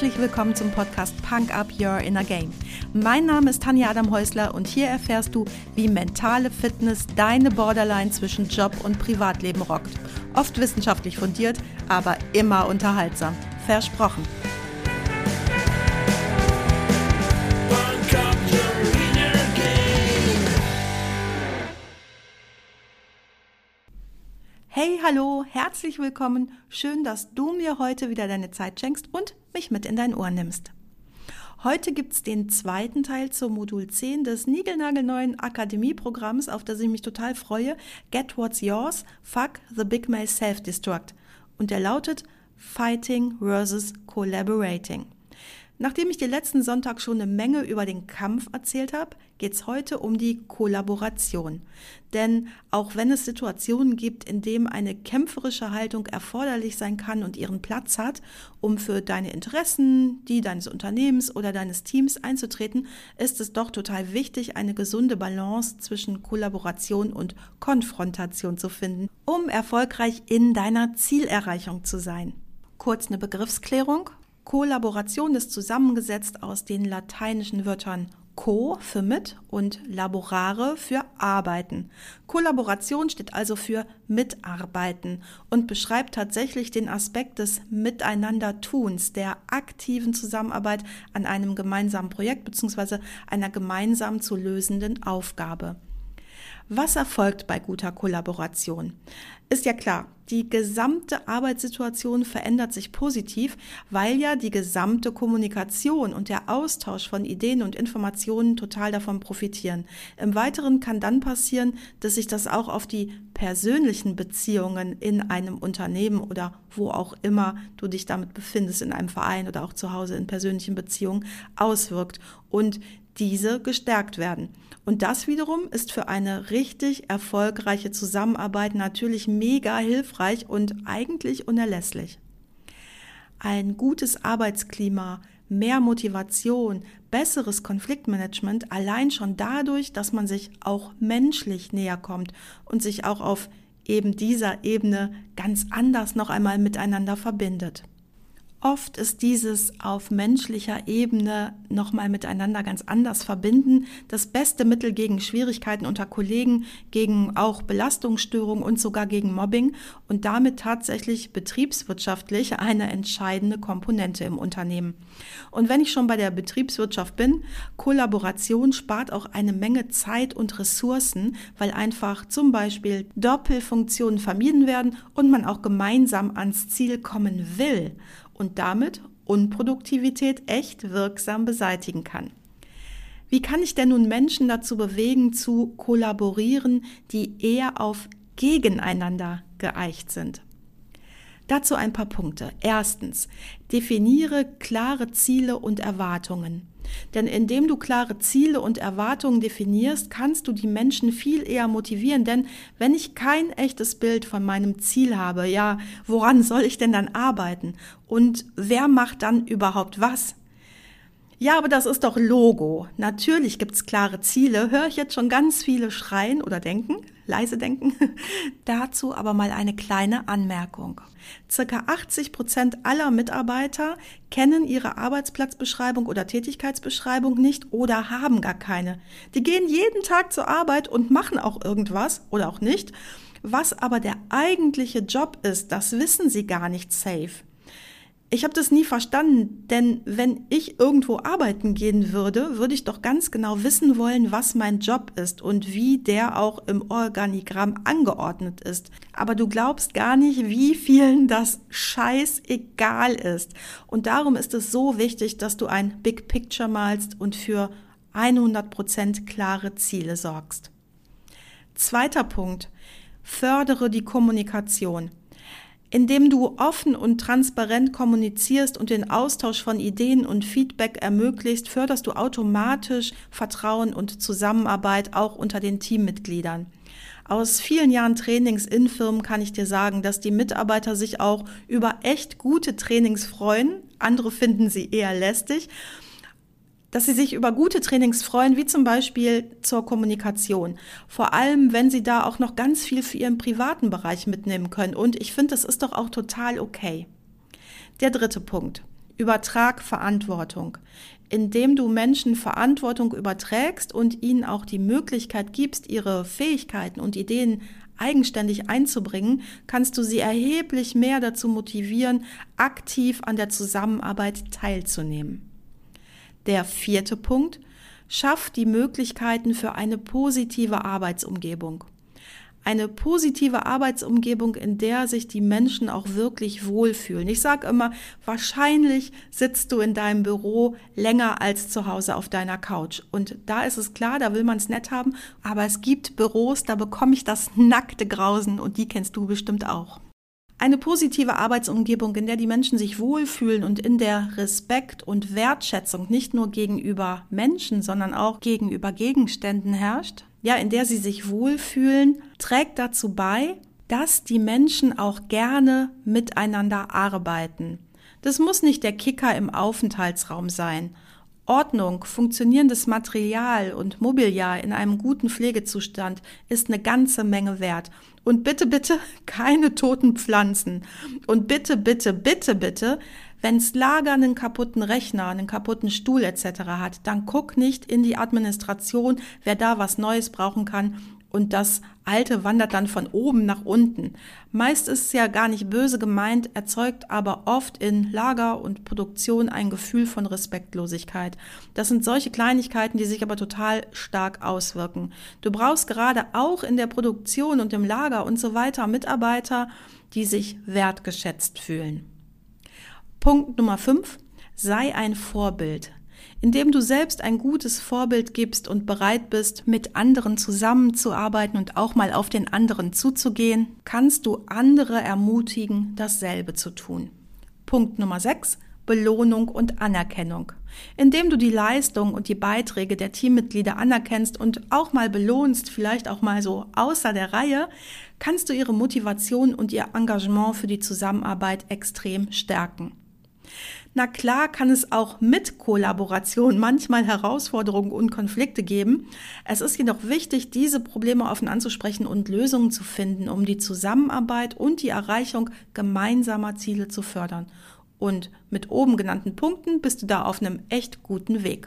herzlich willkommen zum Podcast Punk Up Your Inner Game. Mein Name ist Tanja Adam-Häusler und hier erfährst du, wie mentale Fitness deine Borderline zwischen Job und Privatleben rockt. Oft wissenschaftlich fundiert, aber immer unterhaltsam. Versprochen. Hey, hallo, herzlich willkommen. Schön, dass du mir heute wieder deine Zeit schenkst und mich mit in dein Ohr nimmst. Heute gibt's den zweiten Teil zum Modul 10 des niegelnagelneuen Akademieprogramms, auf das ich mich total freue. Get What's Yours, Fuck the Big Male Self-Destruct. Und der lautet Fighting versus Collaborating. Nachdem ich dir letzten Sonntag schon eine Menge über den Kampf erzählt habe, geht's heute um die Kollaboration. Denn auch wenn es Situationen gibt, in denen eine kämpferische Haltung erforderlich sein kann und ihren Platz hat, um für deine Interessen, die deines Unternehmens oder deines Teams einzutreten, ist es doch total wichtig, eine gesunde Balance zwischen Kollaboration und Konfrontation zu finden, um erfolgreich in deiner Zielerreichung zu sein. Kurz eine Begriffsklärung. Kollaboration ist zusammengesetzt aus den lateinischen Wörtern co für mit und laborare für arbeiten. Kollaboration steht also für Mitarbeiten und beschreibt tatsächlich den Aspekt des Miteinandertuns, der aktiven Zusammenarbeit an einem gemeinsamen Projekt bzw. einer gemeinsam zu lösenden Aufgabe. Was erfolgt bei guter Kollaboration? Ist ja klar, die gesamte Arbeitssituation verändert sich positiv, weil ja die gesamte Kommunikation und der Austausch von Ideen und Informationen total davon profitieren. Im Weiteren kann dann passieren, dass sich das auch auf die persönlichen Beziehungen in einem Unternehmen oder wo auch immer du dich damit befindest, in einem Verein oder auch zu Hause in persönlichen Beziehungen, auswirkt und diese gestärkt werden. Und das wiederum ist für eine richtig erfolgreiche Zusammenarbeit natürlich mega hilfreich und eigentlich unerlässlich. Ein gutes Arbeitsklima, mehr Motivation, besseres Konfliktmanagement allein schon dadurch, dass man sich auch menschlich näher kommt und sich auch auf eben dieser Ebene ganz anders noch einmal miteinander verbindet. Oft ist dieses auf menschlicher Ebene nochmal miteinander ganz anders verbinden das beste Mittel gegen Schwierigkeiten unter Kollegen, gegen auch Belastungsstörungen und sogar gegen Mobbing und damit tatsächlich betriebswirtschaftlich eine entscheidende Komponente im Unternehmen. Und wenn ich schon bei der Betriebswirtschaft bin, Kollaboration spart auch eine Menge Zeit und Ressourcen, weil einfach zum Beispiel Doppelfunktionen vermieden werden und man auch gemeinsam ans Ziel kommen will und damit Unproduktivität echt wirksam beseitigen kann. Wie kann ich denn nun Menschen dazu bewegen, zu kollaborieren, die eher auf Gegeneinander geeicht sind? Dazu ein paar Punkte. Erstens, definiere klare Ziele und Erwartungen. Denn indem du klare Ziele und Erwartungen definierst, kannst du die Menschen viel eher motivieren. Denn wenn ich kein echtes Bild von meinem Ziel habe, ja, woran soll ich denn dann arbeiten? Und wer macht dann überhaupt was? Ja, aber das ist doch Logo. Natürlich gibt's klare Ziele. Höre ich jetzt schon ganz viele schreien oder denken, leise denken. Dazu aber mal eine kleine Anmerkung. Circa 80% aller Mitarbeiter kennen ihre Arbeitsplatzbeschreibung oder Tätigkeitsbeschreibung nicht oder haben gar keine. Die gehen jeden Tag zur Arbeit und machen auch irgendwas oder auch nicht. Was aber der eigentliche Job ist, das wissen sie gar nicht safe. Ich habe das nie verstanden, denn wenn ich irgendwo arbeiten gehen würde, würde ich doch ganz genau wissen wollen, was mein Job ist und wie der auch im Organigramm angeordnet ist. Aber du glaubst gar nicht, wie vielen das scheißegal ist. Und darum ist es so wichtig, dass du ein Big Picture malst und für 100% klare Ziele sorgst. Zweiter Punkt. Fördere die Kommunikation. Indem du offen und transparent kommunizierst und den Austausch von Ideen und Feedback ermöglicht, förderst du automatisch Vertrauen und Zusammenarbeit auch unter den Teammitgliedern. Aus vielen Jahren Trainings in Firmen kann ich dir sagen, dass die Mitarbeiter sich auch über echt gute Trainings freuen. Andere finden sie eher lästig. Dass sie sich über gute Trainings freuen, wie zum Beispiel zur Kommunikation. Vor allem, wenn sie da auch noch ganz viel für ihren privaten Bereich mitnehmen können. Und ich finde, das ist doch auch total okay. Der dritte Punkt. Übertrag Verantwortung. Indem du Menschen Verantwortung überträgst und ihnen auch die Möglichkeit gibst, ihre Fähigkeiten und Ideen eigenständig einzubringen, kannst du sie erheblich mehr dazu motivieren, aktiv an der Zusammenarbeit teilzunehmen. Der 4. Punkt: Schaff die Möglichkeiten für eine positive Arbeitsumgebung. Eine positive Arbeitsumgebung, in der sich die Menschen auch wirklich wohlfühlen. Ich sage immer, wahrscheinlich sitzt du in deinem Büro länger als zu Hause auf deiner Couch. Und da ist es klar, da will man es nett haben, aber es gibt Büros, da bekomme ich das nackte Grausen und die kennst du bestimmt auch. Eine positive Arbeitsumgebung, in der die Menschen sich wohlfühlen und in der Respekt und Wertschätzung nicht nur gegenüber Menschen, sondern auch gegenüber Gegenständen herrscht, ja, in der sie sich wohlfühlen, trägt dazu bei, dass die Menschen auch gerne miteinander arbeiten. Das muss nicht der Kicker im Aufenthaltsraum sein. Ordnung, funktionierendes Material und Mobiliar in einem guten Pflegezustand ist eine ganze Menge wert. Und bitte, bitte keine toten Pflanzen. Und bitte, bitte, bitte, bitte, wenn's Lager einen kaputten Rechner, einen kaputten Stuhl etc. hat, dann guck nicht in die Administration, wer da was Neues brauchen kann. Und das Alte wandert dann von oben nach unten. Meist ist es ja gar nicht böse gemeint, erzeugt aber oft in Lager und Produktion ein Gefühl von Respektlosigkeit. Das sind solche Kleinigkeiten, die sich aber total stark auswirken. Du brauchst gerade auch in der Produktion und im Lager und so weiter Mitarbeiter, die sich wertgeschätzt fühlen. Punkt Nummer 5: Sei ein Vorbild. Indem du selbst ein gutes Vorbild gibst und bereit bist, mit anderen zusammenzuarbeiten und auch mal auf den anderen zuzugehen, kannst du andere ermutigen, dasselbe zu tun. Punkt Nummer 6: Belohnung und Anerkennung. Indem du die Leistung und die Beiträge der Teammitglieder anerkennst und auch mal belohnst, vielleicht auch mal so außer der Reihe, kannst du ihre Motivation und ihr Engagement für die Zusammenarbeit extrem stärken. Na klar kann es auch mit Kollaboration manchmal Herausforderungen und Konflikte geben. Es ist jedoch wichtig, diese Probleme offen anzusprechen und Lösungen zu finden, um die Zusammenarbeit und die Erreichung gemeinsamer Ziele zu fördern. Und mit oben genannten Punkten bist du da auf einem echt guten Weg.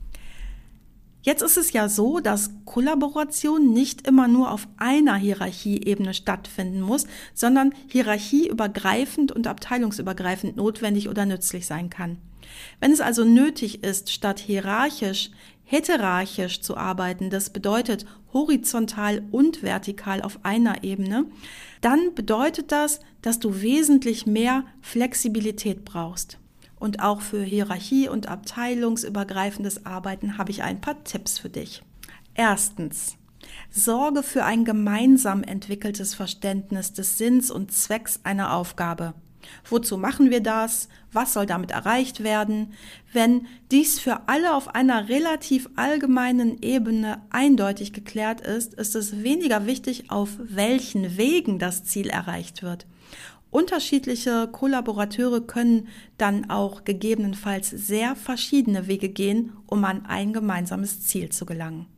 Jetzt ist es ja so, dass Kollaboration nicht immer nur auf einer Hierarchieebene stattfinden muss, sondern hierarchieübergreifend und abteilungsübergreifend notwendig oder nützlich sein kann. Wenn es also nötig ist, statt hierarchisch, heterarchisch zu arbeiten, das bedeutet horizontal und vertikal auf einer Ebene, dann bedeutet das, dass du wesentlich mehr Flexibilität brauchst. Und auch für Hierarchie- und abteilungsübergreifendes Arbeiten habe ich ein paar Tipps für dich. Erstens: Sorge für ein gemeinsam entwickeltes Verständnis des Sinns und Zwecks einer Aufgabe. Wozu machen wir das? Was soll damit erreicht werden? Wenn dies für alle auf einer relativ allgemeinen Ebene eindeutig geklärt ist, ist es weniger wichtig, auf welchen Wegen das Ziel erreicht wird. Unterschiedliche Kollaborateure können dann auch gegebenenfalls sehr verschiedene Wege gehen, um an ein gemeinsames Ziel zu gelangen.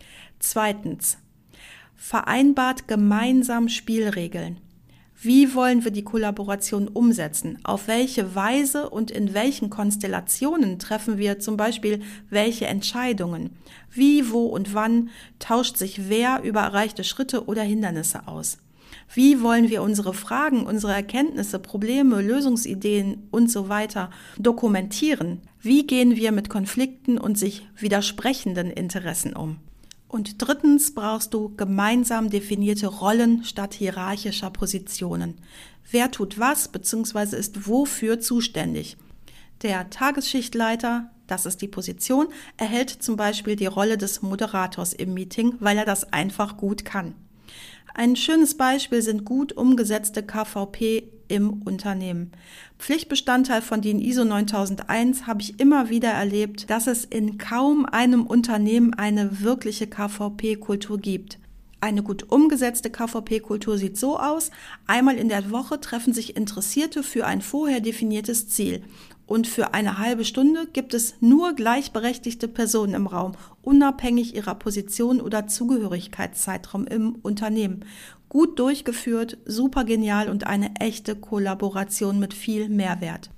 Zweitens: Vereinbart gemeinsam Spielregeln. Wie wollen wir die Kollaboration umsetzen? Auf welche Weise und in welchen Konstellationen treffen wir zum Beispiel welche Entscheidungen? Wie, wo und wann tauscht sich wer über erreichte Schritte oder Hindernisse aus? Wie wollen wir unsere Fragen, unsere Erkenntnisse, Probleme, Lösungsideen und so weiter dokumentieren? Wie gehen wir mit Konflikten und sich widersprechenden Interessen um? Und drittens brauchst du gemeinsam definierte Rollen statt hierarchischer Positionen. Wer tut was bzw. ist wofür zuständig? Der Tagesschichtleiter, das ist die Position, erhält zum Beispiel die Rolle des Moderators im Meeting, weil er das einfach gut kann. Ein schönes Beispiel sind gut umgesetzte KVP im Unternehmen. Pflichtbestandteil von DIN ISO 9001 habe ich immer wieder erlebt, dass es in kaum einem Unternehmen eine wirkliche KVP-Kultur gibt. Eine gut umgesetzte KVP-Kultur sieht so aus: Einmal in der Woche treffen sich Interessierte für ein vorher definiertes Ziel. Und für eine halbe Stunde gibt es nur gleichberechtigte Personen im Raum, unabhängig ihrer Position oder Zugehörigkeitszeitraum im Unternehmen. Gut durchgeführt, super genial und eine echte Kollaboration mit viel Mehrwert.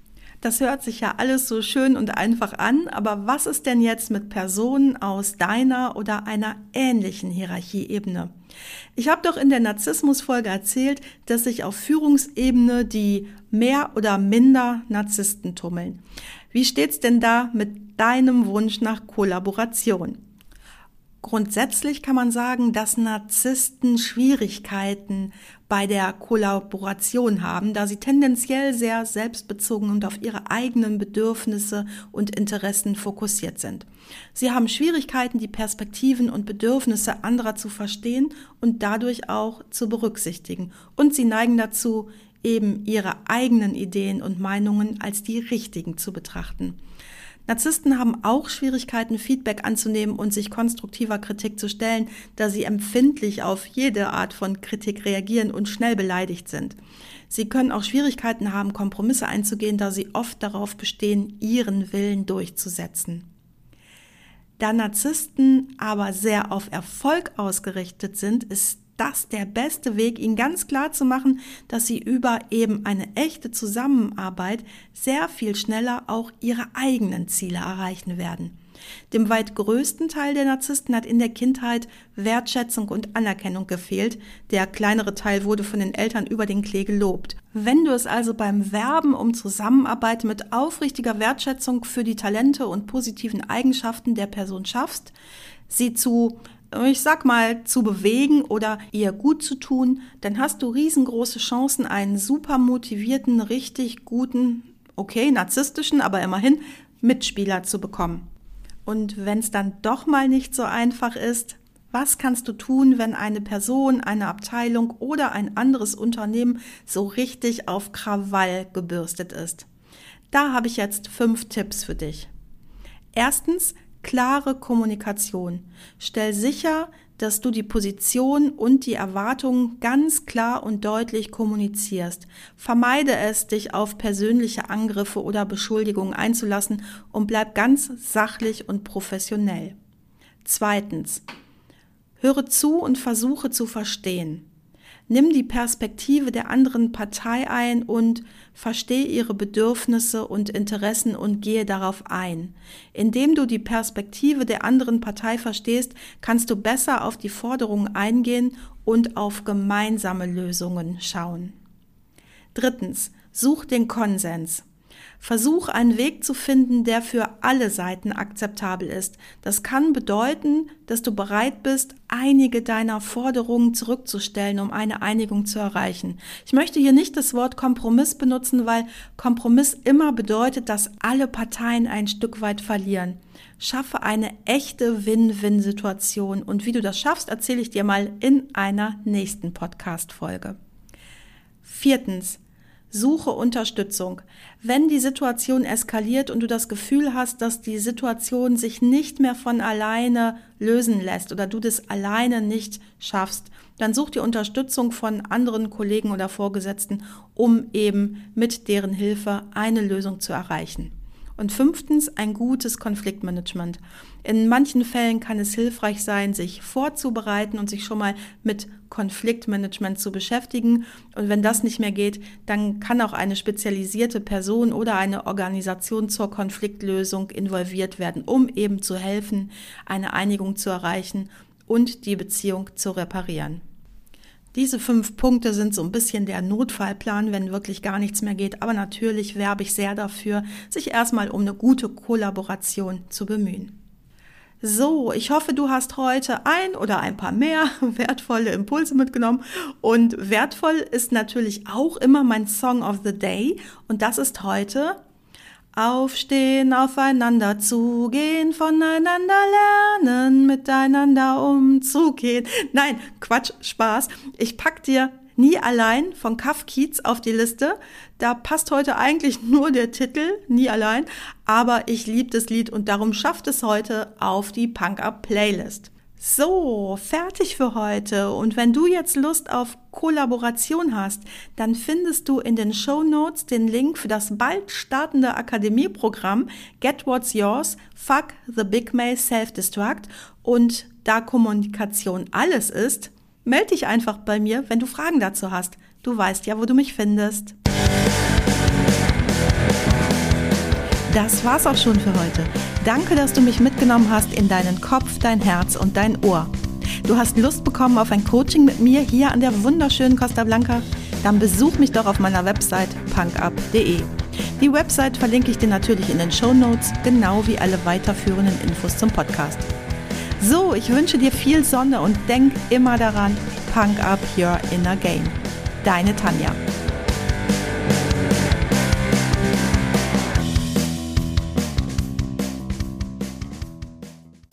Das hört sich ja alles so schön und einfach an, aber was ist denn jetzt mit Personen aus deiner oder einer ähnlichen Hierarchieebene? Ich habe doch in der Narzissmus-Folge erzählt, dass sich auf Führungsebene die mehr oder minder Narzissten tummeln. Wie steht's denn da mit deinem Wunsch nach Kollaboration? Grundsätzlich kann man sagen, dass Narzissten Schwierigkeiten bei der Kollaboration haben, da sie tendenziell sehr selbstbezogen und auf ihre eigenen Bedürfnisse und Interessen fokussiert sind. Sie haben Schwierigkeiten, die Perspektiven und Bedürfnisse anderer zu verstehen und dadurch auch zu berücksichtigen. Und sie neigen dazu, eben ihre eigenen Ideen und Meinungen als die richtigen zu betrachten. Narzissten haben auch Schwierigkeiten, Feedback anzunehmen und sich konstruktiver Kritik zu stellen, da sie empfindlich auf jede Art von Kritik reagieren und schnell beleidigt sind. Sie können auch Schwierigkeiten haben, Kompromisse einzugehen, da sie oft darauf bestehen, ihren Willen durchzusetzen. Da Narzissten aber sehr auf Erfolg ausgerichtet sind, ist das der beste Weg, ihnen ganz klar zu machen, dass sie über eben eine echte Zusammenarbeit sehr viel schneller auch ihre eigenen Ziele erreichen werden. Dem weit größten Teil der Narzissten hat in der Kindheit Wertschätzung und Anerkennung gefehlt. Der kleinere Teil wurde von den Eltern über den Klee gelobt. Wenn du es also beim Werben um Zusammenarbeit mit aufrichtiger Wertschätzung für die Talente und positiven Eigenschaften der Person schaffst, sie zu bewegen oder ihr gut zu tun, dann hast du riesengroße Chancen, einen super motivierten, richtig guten, narzisstischen, aber immerhin Mitspieler zu bekommen. Und wenn es dann doch mal nicht so einfach ist, was kannst du tun, wenn eine Person, eine Abteilung oder ein anderes Unternehmen so richtig auf Krawall gebürstet ist? Da habe ich jetzt 5 Tipps für dich. Erstens, klare Kommunikation. Stell sicher, dass du die Position und die Erwartungen ganz klar und deutlich kommunizierst. Vermeide es, dich auf persönliche Angriffe oder Beschuldigungen einzulassen und bleib ganz sachlich und professionell. Zweitens, höre zu und versuche zu verstehen. Nimm die Perspektive der anderen Partei ein und verstehe ihre Bedürfnisse und Interessen und gehe darauf ein. Indem du die Perspektive der anderen Partei verstehst, kannst du besser auf die Forderungen eingehen und auf gemeinsame Lösungen schauen. Drittens, such den Konsens. Versuch, einen Weg zu finden, der für alle Seiten akzeptabel ist. Das kann bedeuten, dass du bereit bist, einige deiner Forderungen zurückzustellen, um eine Einigung zu erreichen. Ich möchte hier nicht das Wort Kompromiss benutzen, weil Kompromiss immer bedeutet, dass alle Parteien ein Stück weit verlieren. Schaffe eine echte Win-Win-Situation und wie du das schaffst, erzähle ich dir mal in einer nächsten Podcast-Folge. Viertens, suche Unterstützung. Wenn die Situation eskaliert und du das Gefühl hast, dass die Situation sich nicht mehr von alleine lösen lässt oder du das alleine nicht schaffst, dann such dir Unterstützung von anderen Kollegen oder Vorgesetzten, um eben mit deren Hilfe eine Lösung zu erreichen. Und 5. ein gutes Konfliktmanagement. In manchen Fällen kann es hilfreich sein, sich vorzubereiten und sich schon mal mit Konfliktmanagement zu beschäftigen. Und wenn das nicht mehr geht, dann kann auch eine spezialisierte Person oder eine Organisation zur Konfliktlösung involviert werden, um eben zu helfen, eine Einigung zu erreichen und die Beziehung zu reparieren. Diese 5 Punkte sind so ein bisschen der Notfallplan, wenn wirklich gar nichts mehr geht. Aber natürlich werbe ich sehr dafür, sich erstmal um eine gute Kollaboration zu bemühen. So, ich hoffe, du hast heute ein oder ein paar mehr wertvolle Impulse mitgenommen. Und wertvoll ist natürlich auch immer mein Song of the Day. Und das ist heute: Aufstehen, aufeinander zugehen, voneinander lernen, miteinander umzugehen. Nein, Quatsch, Spaß. Ich pack dir Nie allein von Kaf Kietz auf die Liste. Da passt heute eigentlich nur der Titel, Nie allein. Aber ich liebe das Lied und darum schafft es heute auf die Punk-Up-Playlist. So, fertig für heute. Und wenn du jetzt Lust auf Kollaboration hast, dann findest du in den Shownotes den Link für das bald startende Akademieprogramm Get What's Yours, Fuck the Big Mail Self-Destruct. Und da Kommunikation alles ist, melde dich einfach bei mir, wenn du Fragen dazu hast. Du weißt ja, wo du mich findest. Das war's auch schon für heute. Danke, dass du mich mitgenommen hast in deinen Kopf, dein Herz und dein Ohr. Du hast Lust bekommen auf ein Coaching mit mir hier an der wunderschönen Costa Blanca? Dann besuch mich doch auf meiner Website punkup.de. Die Website verlinke ich dir natürlich in den Shownotes, genau wie alle weiterführenden Infos zum Podcast. So, ich wünsche dir viel Sonne und denk immer daran, Punk up your inner game. Deine Tanja.